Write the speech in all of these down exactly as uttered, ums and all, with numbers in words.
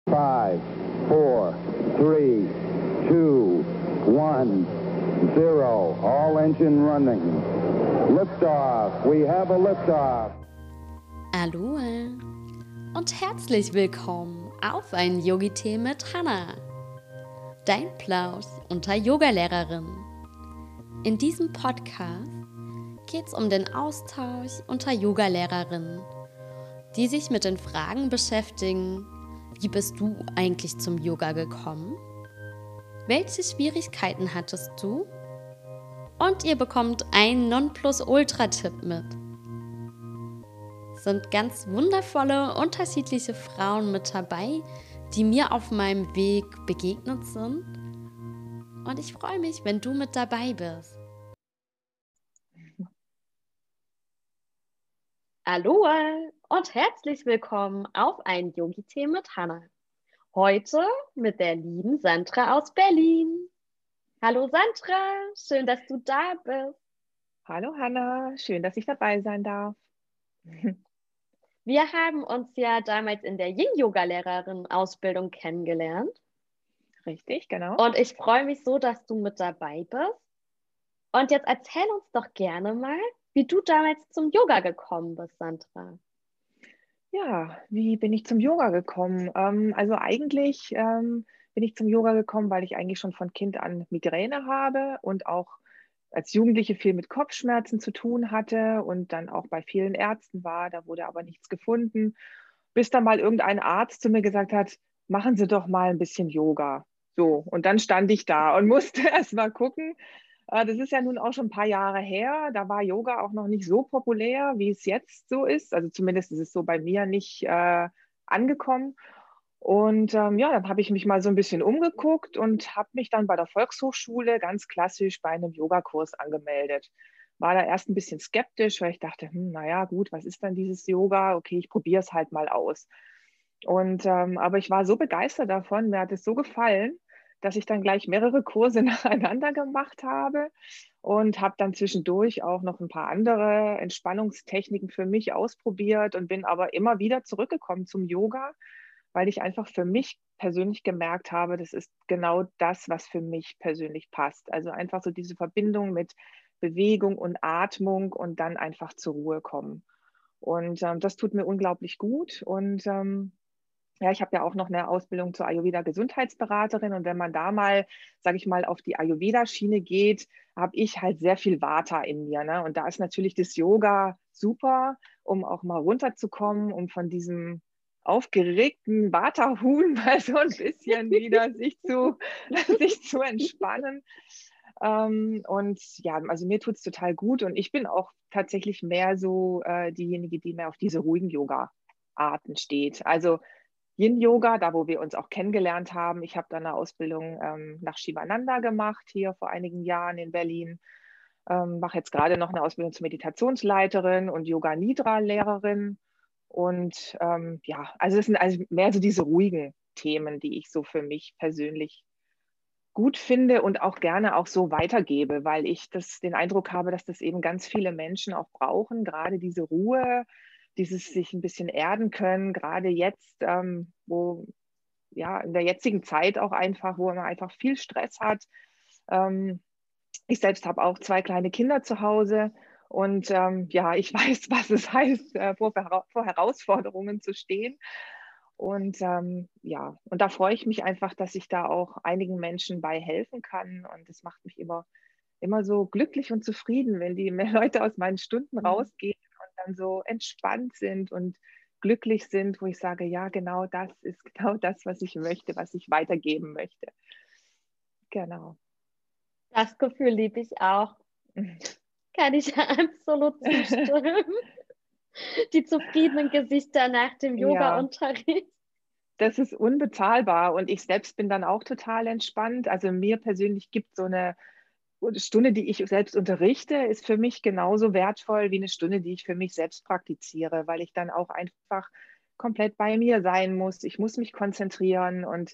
Five, four, three, two, one, zero. All engine running. Liftoff. We have a liftoff. Aloha und herzlich willkommen auf ein Yogi-Tee mit Hannah, dein Plausch unter Yogalehrerin. In diesem Podcast geht es um den Austausch unter Yogalehrerinnen, die sich mit den Fragen beschäftigen: Wie bist du eigentlich zum Yoga gekommen? Welche Schwierigkeiten hattest du? Und ihr bekommt einen Nonplusultra-Tipp mit. Es sind ganz wundervolle, unterschiedliche Frauen mit dabei, die mir auf meinem Weg begegnet sind. Und ich freue mich, wenn du mit dabei bist. Aloha und herzlich willkommen auf ein Yogi-Tee mit Hannah. Heute mit der lieben Sandra aus Berlin. Hallo Sandra, schön, dass du da bist. Hallo Hannah, schön, dass ich dabei sein darf. Wir haben uns ja damals in der Yin-Yoga-Lehrerin-Ausbildung kennengelernt. Richtig, genau. Und ich freue mich so, dass du mit dabei bist. Und jetzt erzähl uns doch gerne mal, wie du damals zum Yoga gekommen bist, Sandra. Ja, wie bin ich zum Yoga gekommen? Ähm, also eigentlich ähm, bin ich zum Yoga gekommen, weil ich eigentlich schon von Kind an Migräne habe und auch als Jugendliche viel mit Kopfschmerzen zu tun hatte und dann auch bei vielen Ärzten war. Da wurde aber nichts gefunden, bis dann mal irgendein Arzt zu mir gesagt hat, machen Sie doch mal ein bisschen Yoga. So, und dann stand ich da und musste erst mal gucken. Das ist ja nun auch schon ein paar Jahre her. Da war Yoga auch noch nicht so populär, wie es jetzt so ist. Also zumindest ist es so bei mir nicht äh, angekommen. Und ähm, ja, dann habe ich mich mal so ein bisschen umgeguckt und habe mich dann bei der Volkshochschule ganz klassisch bei einem Yogakurs angemeldet. War da erst ein bisschen skeptisch, weil ich dachte, hm, naja, gut, was ist dann dieses Yoga? Okay, ich probiere es halt mal aus. Und ähm, aber ich war so begeistert davon, mir hat es so gefallen, dass ich dann gleich mehrere Kurse nacheinander gemacht habe und habe dann zwischendurch auch noch ein paar andere Entspannungstechniken für mich ausprobiert und bin aber immer wieder zurückgekommen zum Yoga, weil ich einfach für mich persönlich gemerkt habe, das ist genau das, was für mich persönlich passt. Also einfach so diese Verbindung mit Bewegung und Atmung und dann einfach zur Ruhe kommen. Und ähm, das tut mir unglaublich gut. Und ähm, ja, ich habe ja auch noch eine Ausbildung zur Ayurveda-Gesundheitsberaterin. Und wenn man da mal, sage ich mal, auf die Ayurveda-Schiene geht, habe ich halt sehr viel Vata in mir. Ne? Und da ist natürlich das Yoga super, um auch mal runterzukommen, um von diesem aufgeregten Vata-Huhn mal so ein bisschen wieder sich zu, sich zu entspannen. Ähm, und ja, also mir tut es total gut. Und ich bin auch tatsächlich mehr so äh, diejenige, die mehr auf diese ruhigen Yoga-Arten steht. Also Yin-Yoga, da wo wir uns auch kennengelernt haben. Ich habe dann eine Ausbildung ähm, nach Shivananda gemacht, hier vor einigen Jahren in Berlin. Ähm, mache jetzt gerade noch eine Ausbildung zur Meditationsleiterin und Yoga-Nidra-Lehrerin. Und ähm, ja, also es sind also mehr so diese ruhigen Themen, die ich so für mich persönlich gut finde und auch gerne auch so weitergebe, weil ich das, den Eindruck habe, dass das eben ganz viele Menschen auch brauchen, gerade diese Ruhe, dieses sich ein bisschen erden können, gerade jetzt, ähm, wo ja in der jetzigen Zeit auch einfach, wo man einfach viel Stress hat. Ähm, ich selbst habe auch zwei kleine Kinder zu Hause und ähm, ja, ich weiß, was es heißt, äh, vor, vor Herausforderungen zu stehen. Und ähm, ja, und da freue ich mich einfach, dass ich da auch einigen Menschen bei helfen kann. Und es macht mich immer, immer so glücklich und zufrieden, wenn die Leute aus meinen Stunden rausgehen und dann so entspannt sind und glücklich sind, wo ich sage, ja, genau das ist genau das, was ich möchte, was ich weitergeben möchte. Genau. Das Gefühl liebe ich auch. Kann ich absolut zustimmen. Die zufriedenen Gesichter nach dem Yoga-Unterricht. Ja, das ist unbezahlbar und ich selbst bin dann auch total entspannt. Also mir persönlich gibt so eine Stunde, die ich selbst unterrichte, ist für mich genauso wertvoll wie eine Stunde, die ich für mich selbst praktiziere, weil ich dann auch einfach komplett bei mir sein muss. Ich muss mich konzentrieren und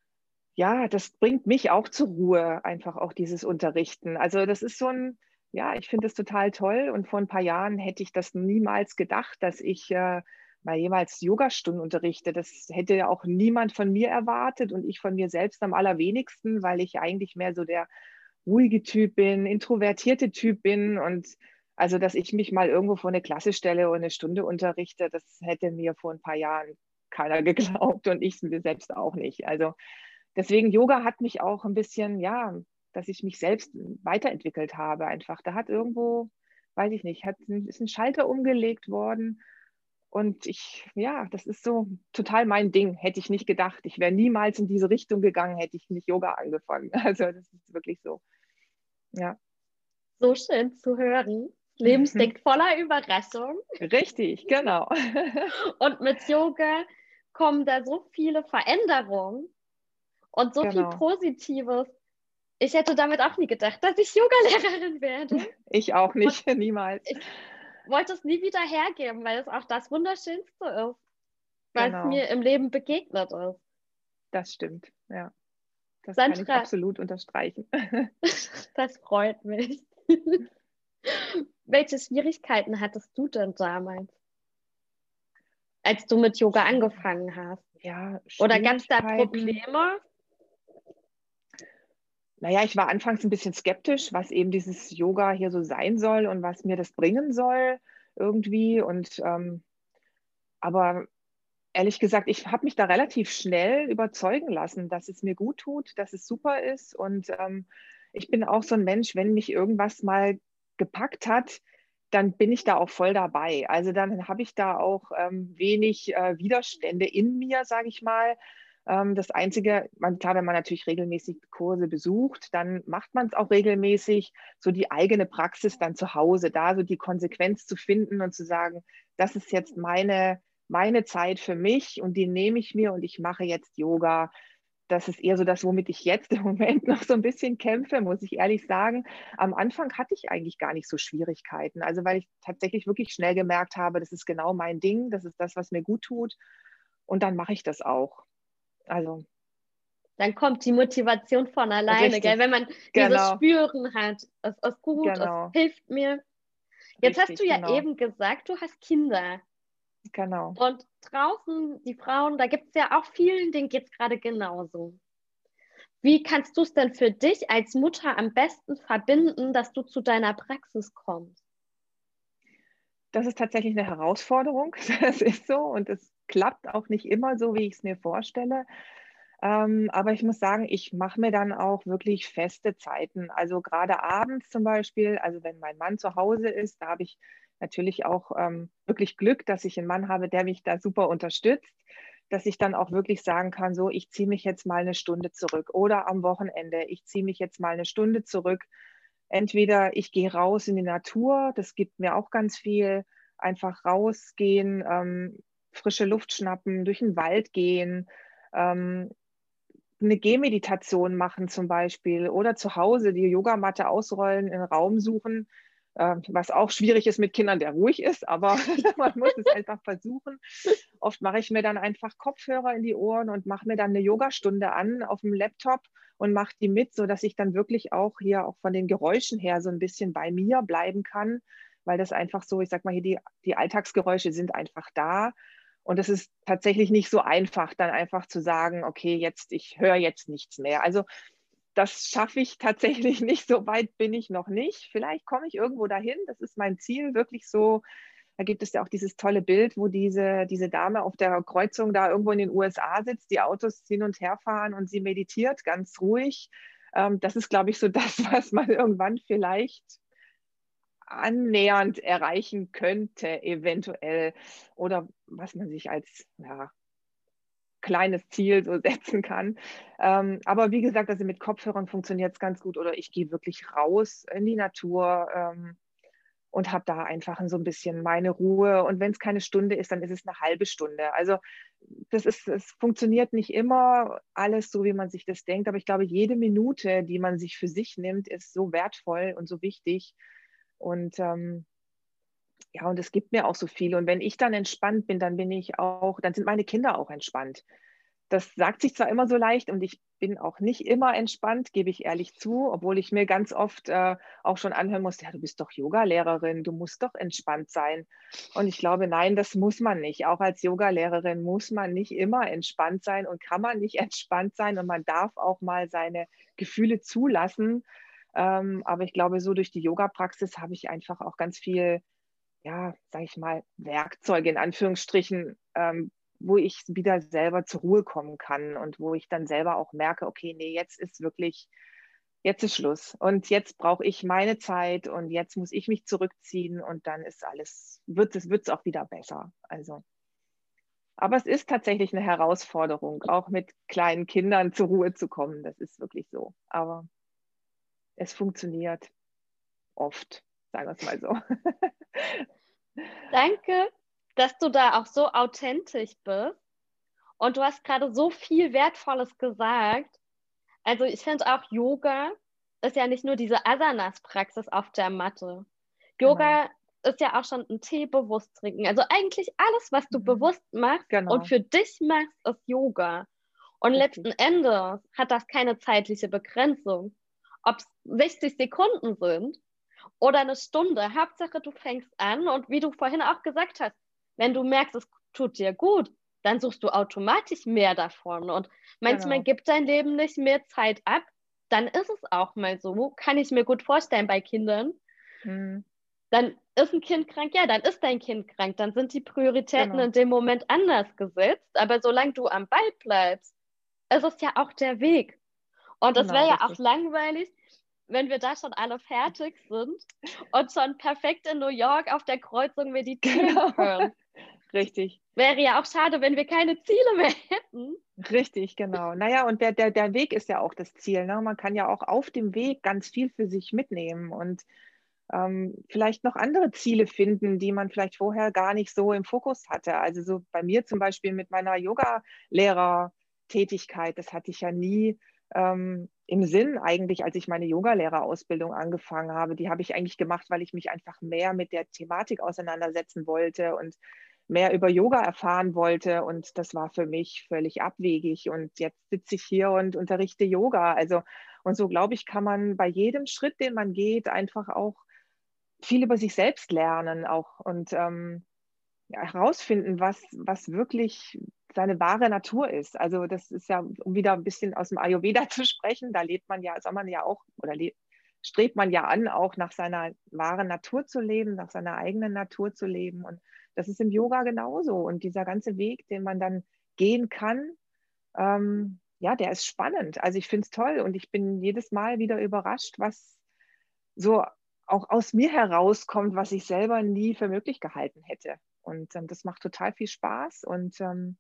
ja, das bringt mich auch zur Ruhe, einfach auch dieses Unterrichten. Also das ist so ein, ja, ich finde es total toll und vor ein paar Jahren hätte ich das niemals gedacht, dass ich äh, mal jemals Yogastunden unterrichte. Das hätte ja auch niemand von mir erwartet und ich von mir selbst am allerwenigsten, weil ich eigentlich mehr so der ruhige Typ bin, introvertierte Typ bin. Und also, dass ich mich mal irgendwo vor eine Klasse stelle und eine Stunde unterrichte, das hätte mir vor ein paar Jahren keiner geglaubt und ich mir selbst auch nicht. Also deswegen Yoga hat mich auch ein bisschen, ja, dass ich mich selbst weiterentwickelt habe einfach. Da hat irgendwo, weiß ich nicht, hat, ist ein Schalter umgelegt worden. Und ich, ja, das ist so total mein Ding. Hätte ich nicht gedacht. Ich wäre niemals in diese Richtung gegangen, hätte ich nicht Yoga angefangen. Also das ist wirklich so. Ja. So schön zu hören. Leben steckt voller Überraschung. Richtig, genau. Und mit Yoga kommen da so viele Veränderungen und so viel Genau. Positives. Ich hätte damit auch nie gedacht, dass ich Yogalehrerin werde. Ich auch nicht, Und niemals. ich wollte es nie wieder hergeben, weil es auch das Wunderschönste ist, was Genau. mir im Leben begegnet ist. Das stimmt, ja. Das Sandra, kann ich absolut unterstreichen. Das freut mich. Welche Schwierigkeiten hattest du denn damals, als du mit Yoga angefangen hast? Ja, Oder gab es da Schwierigkeiten. Probleme? Naja, ich war anfangs ein bisschen skeptisch, was eben dieses Yoga hier so sein soll und was mir das bringen soll irgendwie. Und ähm, aber ehrlich gesagt, ich habe mich da relativ schnell überzeugen lassen, dass es mir gut tut, dass es super ist. Und ähm, ich bin auch so ein Mensch, wenn mich irgendwas mal gepackt hat, dann bin ich da auch voll dabei. Also dann habe ich da auch ähm, wenig äh, Widerstände in mir, sage ich mal. Ähm, das Einzige, man, klar, wenn man natürlich regelmäßig Kurse besucht, dann macht man es auch regelmäßig, so die eigene Praxis dann zu Hause, da so die Konsequenz zu finden und zu sagen, das ist jetzt meine meine Zeit für mich und die nehme ich mir und ich mache jetzt Yoga. Das ist eher so das, womit ich jetzt im Moment noch so ein bisschen kämpfe, muss ich ehrlich sagen. Am Anfang hatte ich eigentlich gar nicht so Schwierigkeiten, also weil ich tatsächlich wirklich schnell gemerkt habe, das ist genau mein Ding, das ist das, was mir gut tut und dann mache ich das auch. Also Dann kommt die Motivation von alleine, gell? richtig, Wenn man dieses genau, Spüren hat, es ist gut, es genau, hilft mir. Jetzt hast du richtig, ja genau, eben gesagt, du hast Kinder. genau. Und draußen, die Frauen, da gibt es ja auch vielen, denen geht es gerade genauso. Wie kannst du es denn für dich als Mutter am besten verbinden, dass du zu deiner Praxis kommst? Das ist tatsächlich eine Herausforderung, das ist so und es klappt auch nicht immer so, wie ich es mir vorstelle. Ähm, aber ich muss sagen, ich mache mir dann auch wirklich feste Zeiten. Also gerade abends zum Beispiel, also wenn mein Mann zu Hause ist, da habe ich natürlich auch ähm, wirklich Glück, dass ich einen Mann habe, der mich da super unterstützt, dass ich dann auch wirklich sagen kann, so, ich ziehe mich jetzt mal eine Stunde zurück oder am Wochenende, ich ziehe mich jetzt mal eine Stunde zurück. Entweder ich gehe raus in die Natur, das gibt mir auch ganz viel, einfach rausgehen, ähm, frische Luft schnappen, durch den Wald gehen, ähm, eine Gehmeditation machen zum Beispiel oder zu Hause die Yogamatte ausrollen, einen Raum suchen, äh, was auch schwierig ist mit Kindern, der ruhig ist, aber man muss es einfach versuchen. Oft mache ich mir dann einfach Kopfhörer in die Ohren und mache mir dann eine Yogastunde an auf dem Laptop und mache die mit, sodass ich dann wirklich auch hier auch von den Geräuschen her so ein bisschen bei mir bleiben kann, weil das einfach so, ich sag mal hier, die, die Alltagsgeräusche sind einfach da. Und es ist tatsächlich nicht so einfach, dann einfach zu sagen, okay, jetzt, ich höre jetzt nichts mehr. Also das schaffe ich tatsächlich nicht. So weit bin ich noch nicht. Vielleicht komme ich irgendwo dahin. Das ist mein Ziel, wirklich so. Da gibt es ja auch dieses tolle Bild, wo diese, diese Dame auf der Kreuzung da irgendwo in den U S A sitzt, die Autos hin und her fahren und sie meditiert ganz ruhig. Ähm, das ist, glaube ich, so das, was man irgendwann vielleicht annähernd erreichen könnte, eventuell. Oder was man sich als ja, kleines Ziel so setzen kann. Ähm, aber wie gesagt, also mit Kopfhörern funktioniert es ganz gut. Oder ich gehe wirklich raus in die Natur ähm, und habe da einfach so ein bisschen meine Ruhe. Und wenn es keine Stunde ist, dann ist es eine halbe Stunde. Also das ist, es funktioniert nicht immer alles so, wie man sich das denkt. Aber ich glaube, jede Minute, die man sich für sich nimmt, ist so wertvoll und so wichtig. Und ähm, ja, und es gibt mir auch so viel. Und wenn ich dann entspannt bin, dann bin ich auch, dann sind meine Kinder auch entspannt. das sagt sich zwar immer so leicht und ich bin auch nicht immer entspannt, gebe ich ehrlich zu, obwohl ich mir ganz oft äh, auch schon anhören muss, ja, du bist doch Yogalehrerin, du musst doch entspannt sein. Und ich glaube, nein, das muss man nicht. Auch als Yogalehrerin muss man nicht immer entspannt sein und kann man nicht entspannt sein und man darf auch mal seine Gefühle zulassen. Ähm, aber ich glaube, so durch die Yoga-Praxis habe ich einfach auch ganz viel, ja, sage ich mal, Werkzeuge in Anführungsstrichen, ähm, wo ich wieder selber zur Ruhe kommen kann und wo ich dann selber auch merke, okay, nee, jetzt ist wirklich, jetzt ist Schluss und jetzt brauche ich meine Zeit und jetzt muss ich mich zurückziehen und dann ist alles, wird es wird's auch wieder besser. Also, aber es ist tatsächlich eine Herausforderung, auch mit kleinen Kindern zur Ruhe zu kommen. Das ist wirklich so. Aber es funktioniert oft, sagen wir es mal so. Danke, dass du da auch so authentisch bist. Und du hast gerade so viel Wertvolles gesagt. Also ich finde auch, Yoga ist ja nicht nur diese Asanas-Praxis auf der Matte. Genau. Yoga ist ja auch schon ein Tee bewusst trinken. Also eigentlich alles, was du Mhm. bewusst machst und Genau, für dich machst, ist Yoga. Und richtig. letzten Endes hat das keine zeitliche Begrenzung. Ob es sechzig Sekunden sind oder eine Stunde. Hauptsache, du fängst an und wie du vorhin auch gesagt hast, wenn du merkst, es tut dir gut, dann suchst du automatisch mehr davon. Und manchmal Genau. gibt dein Leben nicht mehr Zeit ab, dann ist es auch mal so. Kann ich mir gut vorstellen bei Kindern. Mhm. Dann ist ein Kind krank, ja, dann ist dein Kind krank. Dann sind die Prioritäten Genau, in dem Moment anders gesetzt. Aber solange du am Ball bleibst, ist es ja auch der Weg. Und es genau, wäre ja auch richtig. langweilig, wenn wir da schon alle fertig sind und schon perfekt in New York auf der Kreuzung meditieren Genau, können. richtig. Wäre ja auch schade, wenn wir keine Ziele mehr hätten. Richtig, genau. Naja, und der, der, der Weg ist ja auch das Ziel. Ne? Man kann ja auch auf dem Weg ganz viel für sich mitnehmen und ähm, vielleicht noch andere Ziele finden, die man vielleicht vorher gar nicht so im Fokus hatte. Also so bei mir zum Beispiel mit meiner Yoga-Lehrer-Tätigkeit, das hatte ich ja nie ähm, im Sinn eigentlich, als ich meine Yogalehrerausbildung angefangen habe. Die habe ich eigentlich gemacht, weil ich mich einfach mehr mit der Thematik auseinandersetzen wollte und mehr über Yoga erfahren wollte. Und das war für mich völlig abwegig. Und jetzt sitze ich hier und unterrichte Yoga. Also, und so glaube ich, kann man bei jedem Schritt, den man geht, einfach auch viel über sich selbst lernen auch und ähm, ja, herausfinden, was, was wirklich seine wahre Natur ist. Also das ist ja, um wieder ein bisschen aus dem Ayurveda zu sprechen, da lebt man ja, soll man ja auch, oder strebt man ja an, auch nach seiner wahren Natur zu leben, nach seiner eigenen Natur zu leben. Und das ist im Yoga genauso. Und dieser ganze Weg, den man dann gehen kann, ähm, ja, der ist spannend. Also ich finde es toll und ich bin jedes Mal wieder überrascht, was so auch aus mir herauskommt, was ich selber nie für möglich gehalten hätte. Und ähm, das macht total viel Spaß. Und ähm,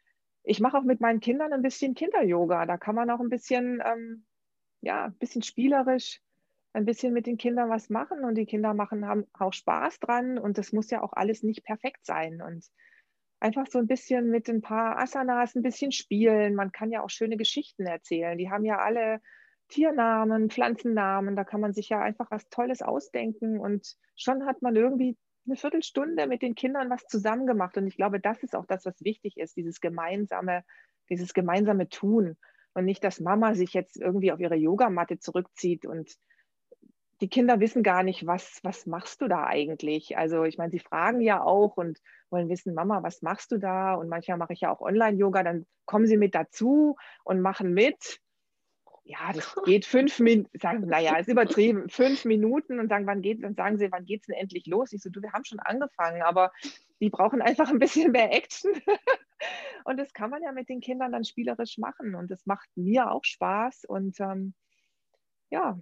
ich mache auch mit meinen Kindern ein bisschen Kinder-Yoga. Da kann man auch ein bisschen, ähm, ja, ein bisschen spielerisch ein bisschen mit den Kindern was machen. Und die Kinder machen, haben auch Spaß dran. Und das muss ja auch alles nicht perfekt sein. Und einfach so ein bisschen mit ein paar Asanas ein bisschen spielen. Man kann ja auch schöne Geschichten erzählen. Die haben ja alle Tiernamen, Pflanzennamen. Da kann man sich ja einfach was Tolles ausdenken und schon hat man irgendwie eine Viertelstunde mit den Kindern was zusammen gemacht. Und ich glaube, das ist auch das, was wichtig ist, dieses gemeinsame, dieses gemeinsame Tun. Und nicht, dass Mama sich jetzt irgendwie auf ihre Yogamatte zurückzieht und die Kinder wissen gar nicht, was, was machst du da eigentlich? Also ich meine, sie fragen ja auch und wollen wissen, Mama, was machst du da? Und manchmal mache ich ja auch Online-Yoga, dann kommen sie mit dazu und machen mit. Ja, das geht fünf Minuten, sagen, naja, ist übertrieben, fünf Minuten und sagen, wann geht, dann sagen sie, wann geht es denn endlich los? Ich so, du, wir haben schon angefangen, aber die brauchen einfach ein bisschen mehr Action. Und das kann man ja mit den Kindern dann spielerisch machen. Und das macht mir auch Spaß. Und ähm, ja,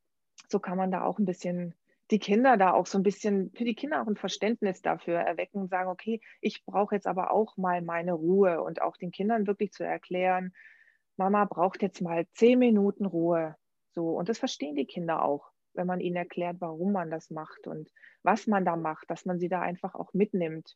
so kann man da auch ein bisschen die Kinder da auch so ein bisschen, für die Kinder auch ein Verständnis dafür erwecken und sagen, okay, ich brauche jetzt aber auch mal meine Ruhe und auch den Kindern wirklich zu erklären, Mama braucht jetzt mal zehn Minuten Ruhe. So, und das verstehen die Kinder auch, wenn man ihnen erklärt, warum man das macht und was man da macht, dass man sie da einfach auch mitnimmt.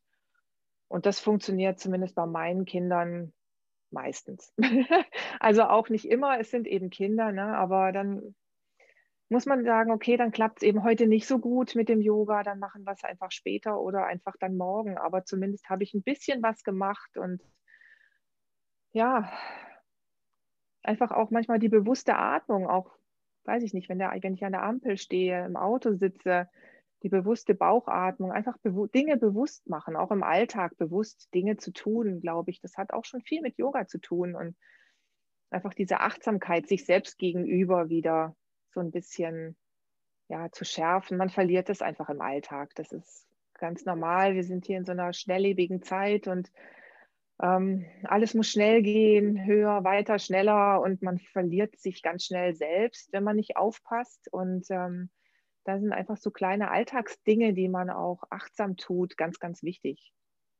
Und das funktioniert zumindest bei meinen Kindern meistens. Also auch nicht immer, es sind eben Kinder, ne? Aber dann muss man sagen, okay, dann klappt es eben heute nicht so gut mit dem Yoga, dann machen wir es einfach später oder einfach dann morgen. Aber zumindest habe ich ein bisschen was gemacht und ja, einfach auch manchmal die bewusste Atmung, auch, weiß ich nicht, wenn, der, wenn ich an der Ampel stehe, im Auto sitze, die bewusste Bauchatmung, einfach bewu Dinge bewusst machen, auch im Alltag bewusst Dinge zu tun, glaube ich. Das hat auch schon viel mit Yoga zu tun und einfach diese Achtsamkeit sich selbst gegenüber wieder so ein bisschen, ja, zu schärfen. Man verliert das einfach im Alltag. Das ist ganz normal. Wir sind hier in so einer schnelllebigen Zeit und ähm, alles muss schnell gehen, höher, weiter, schneller und man verliert sich ganz schnell selbst, wenn man nicht aufpasst. Und ähm, da sind einfach so kleine Alltagsdinge, die man auch achtsam tut, ganz, ganz wichtig.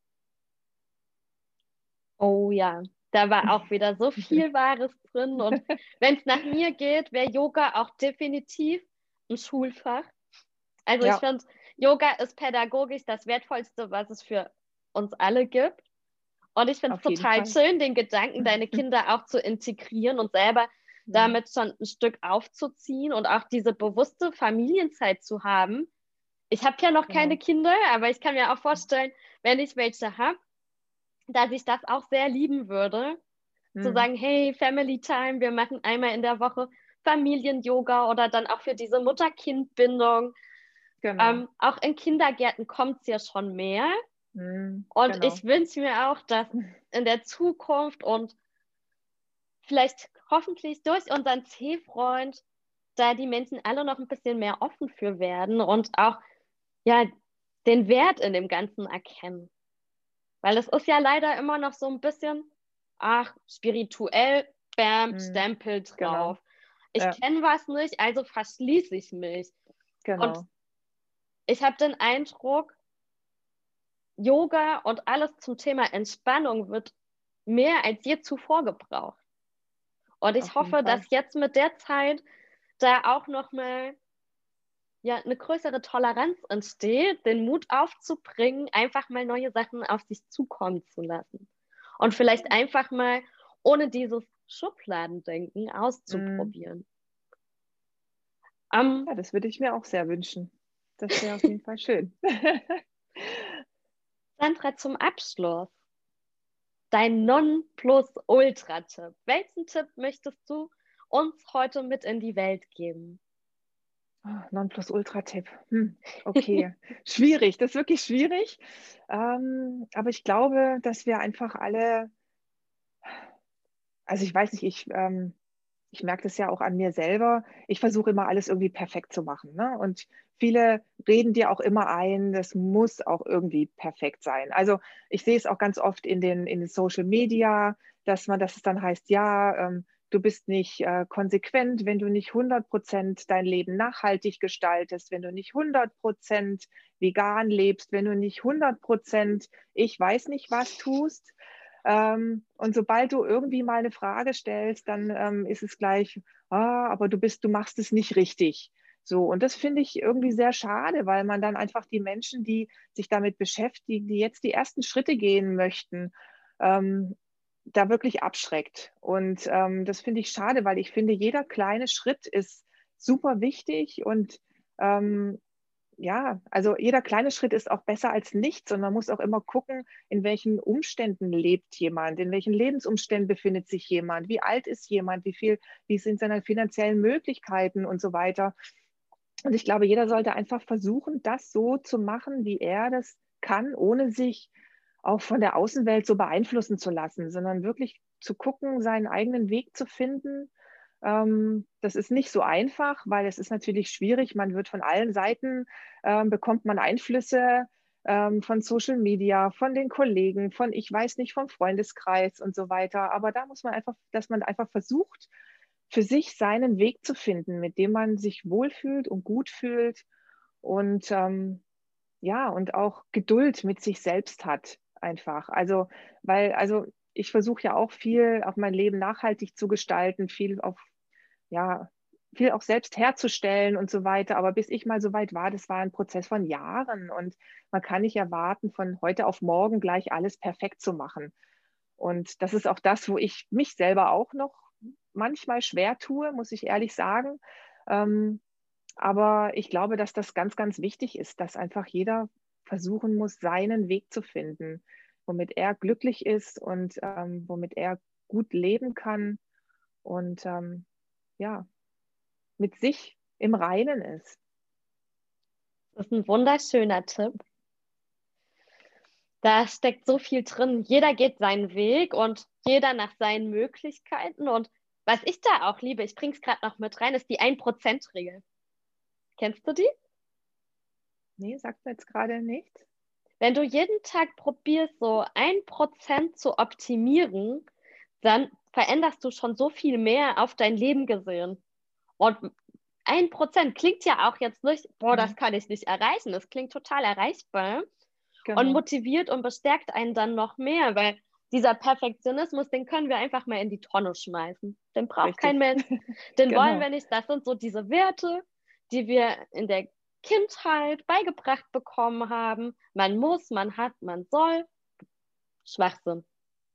Oh ja, da war auch wieder so viel Wahres drin. Und wenn es nach mir geht, wäre Yoga auch definitiv ein Schulfach. Also ich Ja, finde, Yoga ist pädagogisch das Wertvollste, was es für uns alle gibt. Und ich finde es auf jeden total Fall. schön, den Gedanken, deine Kinder auch zu integrieren und selber damit schon ein Stück aufzuziehen und auch diese bewusste Familienzeit zu haben. Ich habe ja noch keine Genau. Kinder, aber ich kann mir auch vorstellen, wenn ich welche habe, dass ich das auch sehr lieben würde, zu Hm, sagen, hey, Family Time, wir machen einmal in der Woche Familien-Yoga oder dann auch für diese Mutter-Kind-Bindung. genau. Ähm, auch in Kindergärten kommt es ja schon mehr. Hm, Und genau. ich wünsche mir auch, dass in der Zukunft und vielleicht hoffentlich durch unseren C-Freund da die Menschen alle noch ein bisschen mehr offen für werden und auch ja den Wert in dem Ganzen erkennen. Weil es ist ja leider immer noch so ein bisschen, ach, spirituell, bam, Hm, Stempel genau. drauf. Ich Ja, kenne was nicht, also verschließe ich mich. Und genau. ich habe den Eindruck, Yoga und alles zum Thema Entspannung wird mehr als je zuvor gebraucht. Und ich Auf jeden hoffe, Fall. dass jetzt mit der Zeit da auch nochmal ja, eine größere Toleranz entsteht, den Mut aufzubringen, einfach mal neue Sachen auf sich zukommen zu lassen. Und vielleicht einfach mal ohne dieses Schubladendenken Hm. auszuprobieren. Ähm, Ja, das würde ich mir auch sehr wünschen. Das wäre auf jeden Fall schön. Sandra, zum Abschluss, dein Non-Plus-Ultra-Tipp. Welchen Tipp möchtest du uns heute mit in die Welt geben? Oh, Nonplusultra-Tipp. Hm, okay, schwierig, das ist wirklich schwierig. Ähm, aber ich glaube, dass wir einfach alle, also ich weiß nicht, ich, ähm, ich merke das ja auch an mir selber. Ich versuche immer alles irgendwie perfekt zu machen, ne? Und viele reden dir auch immer ein, das muss auch irgendwie perfekt sein. Also ich sehe es auch ganz oft in den, in den Social Media, dass man, dass es dann heißt, ja, ähm, du bist nicht äh, konsequent, wenn du nicht hundert Prozent dein Leben nachhaltig gestaltest, wenn du nicht hundert Prozent vegan lebst, wenn du nicht hundert Prozent ich weiß nicht was tust. Ähm, und sobald du irgendwie mal eine Frage stellst, dann ähm, ist es gleich, ah, aber du bist, du machst es nicht richtig. So, und das finde ich irgendwie sehr schade, weil man dann einfach die Menschen, die sich damit beschäftigen, die jetzt die ersten Schritte gehen möchten, ähm, da wirklich abschreckt. Und ähm, das finde ich schade, weil ich finde, jeder kleine Schritt ist super wichtig und ähm, ja, also jeder kleine Schritt ist auch besser als nichts und man muss auch immer gucken, in welchen Umständen lebt jemand, in welchen Lebensumständen befindet sich jemand, wie alt ist jemand, wie viel, wie sind seine finanziellen Möglichkeiten und so weiter. Und ich glaube, jeder sollte einfach versuchen, das so zu machen, wie er das kann, ohne sich auch von der Außenwelt so beeinflussen zu lassen, sondern wirklich zu gucken, seinen eigenen Weg zu finden. Ähm, das ist nicht so einfach, weil es ist natürlich schwierig. Man wird von allen Seiten, ähm, bekommt man Einflüsse ähm, von Social Media, von den Kollegen, von ich weiß nicht, vom Freundeskreis und so weiter. Aber da muss man einfach, dass man einfach versucht, für sich seinen Weg zu finden, mit dem man sich wohlfühlt und gut fühlt und ähm, ja, und auch Geduld mit sich selbst hat einfach. Also, weil, also ich versuche ja auch viel auf mein Leben nachhaltig zu gestalten, viel auf, ja, viel auch selbst herzustellen und so weiter. Aber bis ich mal so weit war, das war ein Prozess von Jahren und man kann nicht erwarten, von heute auf morgen gleich alles perfekt zu machen. Und das ist auch das, wo ich mich selber auch noch manchmal schwer tue, muss ich ehrlich sagen. Ähm, aber ich glaube, dass das ganz, ganz wichtig ist, dass einfach jeder versuchen muss, seinen Weg zu finden, womit er glücklich ist und ähm, womit er gut leben kann und ähm, ja, mit sich im Reinen ist. Das ist ein wunderschöner Tipp. Da steckt so viel drin. Jeder geht seinen Weg und jeder nach seinen Möglichkeiten. Und was ich da auch liebe, ich bringe es gerade noch mit rein, ist die ein Prozent Regel. Kennst du die? Nee, sagt mir jetzt gerade nicht. Wenn du jeden Tag probierst, so ein Prozent zu optimieren, dann veränderst du schon so viel mehr auf dein Leben gesehen. Und ein Prozent klingt ja auch jetzt nicht, boah, das kann ich nicht erreichen. Das klingt total erreichbar. Genau. Und motiviert und bestärkt einen dann noch mehr, weil dieser Perfektionismus, den können wir einfach mal in die Tonne schmeißen. Den braucht Richtig. Kein Mensch. Den genau. wollen wir nicht. Das sind so diese Werte, die wir in der Kindheit beigebracht bekommen haben. Man muss, man hat, man soll. Schwachsinn.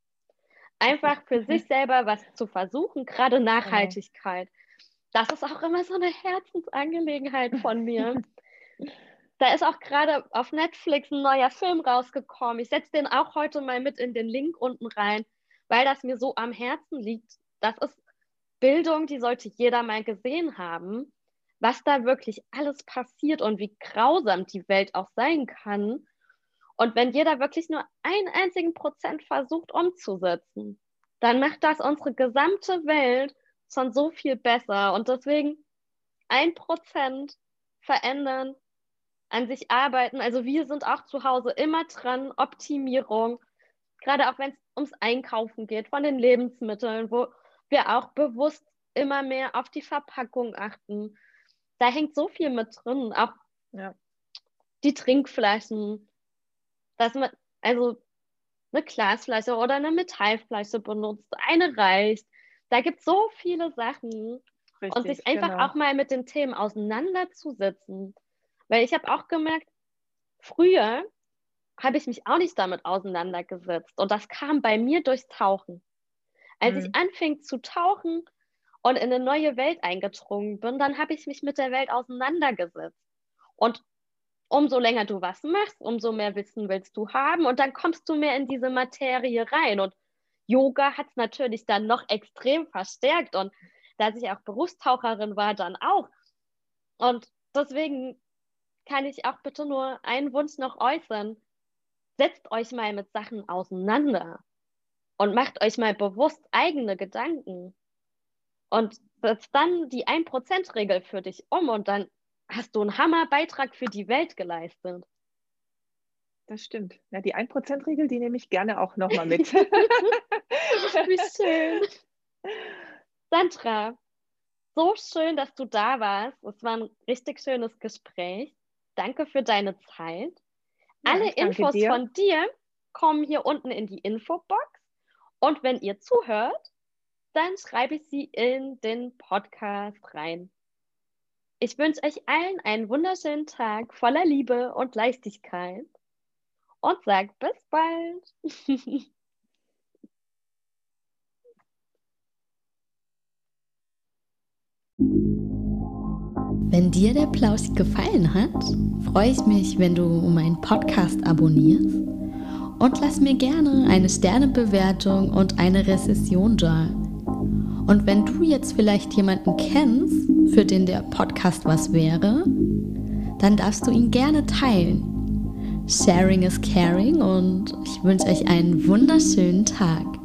Einfach für sich selber was zu versuchen, gerade Nachhaltigkeit. Das ist auch immer so eine Herzensangelegenheit von mir. Da ist auch gerade auf Netflix ein neuer Film rausgekommen. Ich setze den auch heute mal mit in den Link unten rein, weil das mir so am Herzen liegt. Das ist Bildung, die sollte jeder mal gesehen haben, was da wirklich alles passiert und wie grausam die Welt auch sein kann. Und wenn jeder wirklich nur einen einzigen Prozent versucht umzusetzen, dann macht das unsere gesamte Welt schon so viel besser. Und deswegen ein Prozent verändern, an sich arbeiten. Also wir sind auch zu Hause immer dran, Optimierung, gerade auch wenn es ums Einkaufen geht von den Lebensmitteln, wo wir auch bewusst immer mehr auf die Verpackung achten. Da hängt so viel mit drin, auch ja. die Trinkflaschen, dass man also eine Glasflasche oder eine Metallflasche benutzt, eine reicht. Da gibt es so viele Sachen. Richtig, und sich einfach genau. auch mal mit den Themen auseinanderzusetzen. Weil ich habe auch gemerkt, früher habe ich mich auch nicht damit auseinandergesetzt. Und das kam bei mir durchs Tauchen. Als mhm. ich anfing zu tauchen und in eine neue Welt eingedrungen bin, dann habe ich mich mit der Welt auseinandergesetzt. Und umso länger du was machst, umso mehr Wissen willst du haben. Und dann kommst du mehr in diese Materie rein. Und Yoga hat es natürlich dann noch extrem verstärkt. Und da ich auch Berufstaucherin war, dann auch. Und deswegen kann ich auch bitte nur einen Wunsch noch äußern. Setzt euch mal mit Sachen auseinander und macht euch mal bewusst eigene Gedanken und setzt dann die ein Prozent Regel für dich um und dann hast du einen Hammerbeitrag für die Welt geleistet. Das stimmt. Ja, die ein Prozent Regel, die nehme ich gerne auch nochmal mit. Wie schön. Sandra, so schön, dass du da warst. Es war ein richtig schönes Gespräch. Danke für deine Zeit. Ja, alle Infos dir. von dir kommen hier unten in die Infobox. Und wenn ihr zuhört, dann schreibe ich sie in den Podcast rein. Ich wünsche euch allen einen wunderschönen Tag voller Liebe und Leichtigkeit und sage bis bald. Wenn dir der Plausch gefallen hat, freue ich mich, wenn du meinen Podcast abonnierst und lass mir gerne eine Sternebewertung und eine Rezession da. Und wenn du jetzt vielleicht jemanden kennst, für den der Podcast was wäre, dann darfst du ihn gerne teilen. Sharing is caring und ich wünsche euch einen wunderschönen Tag.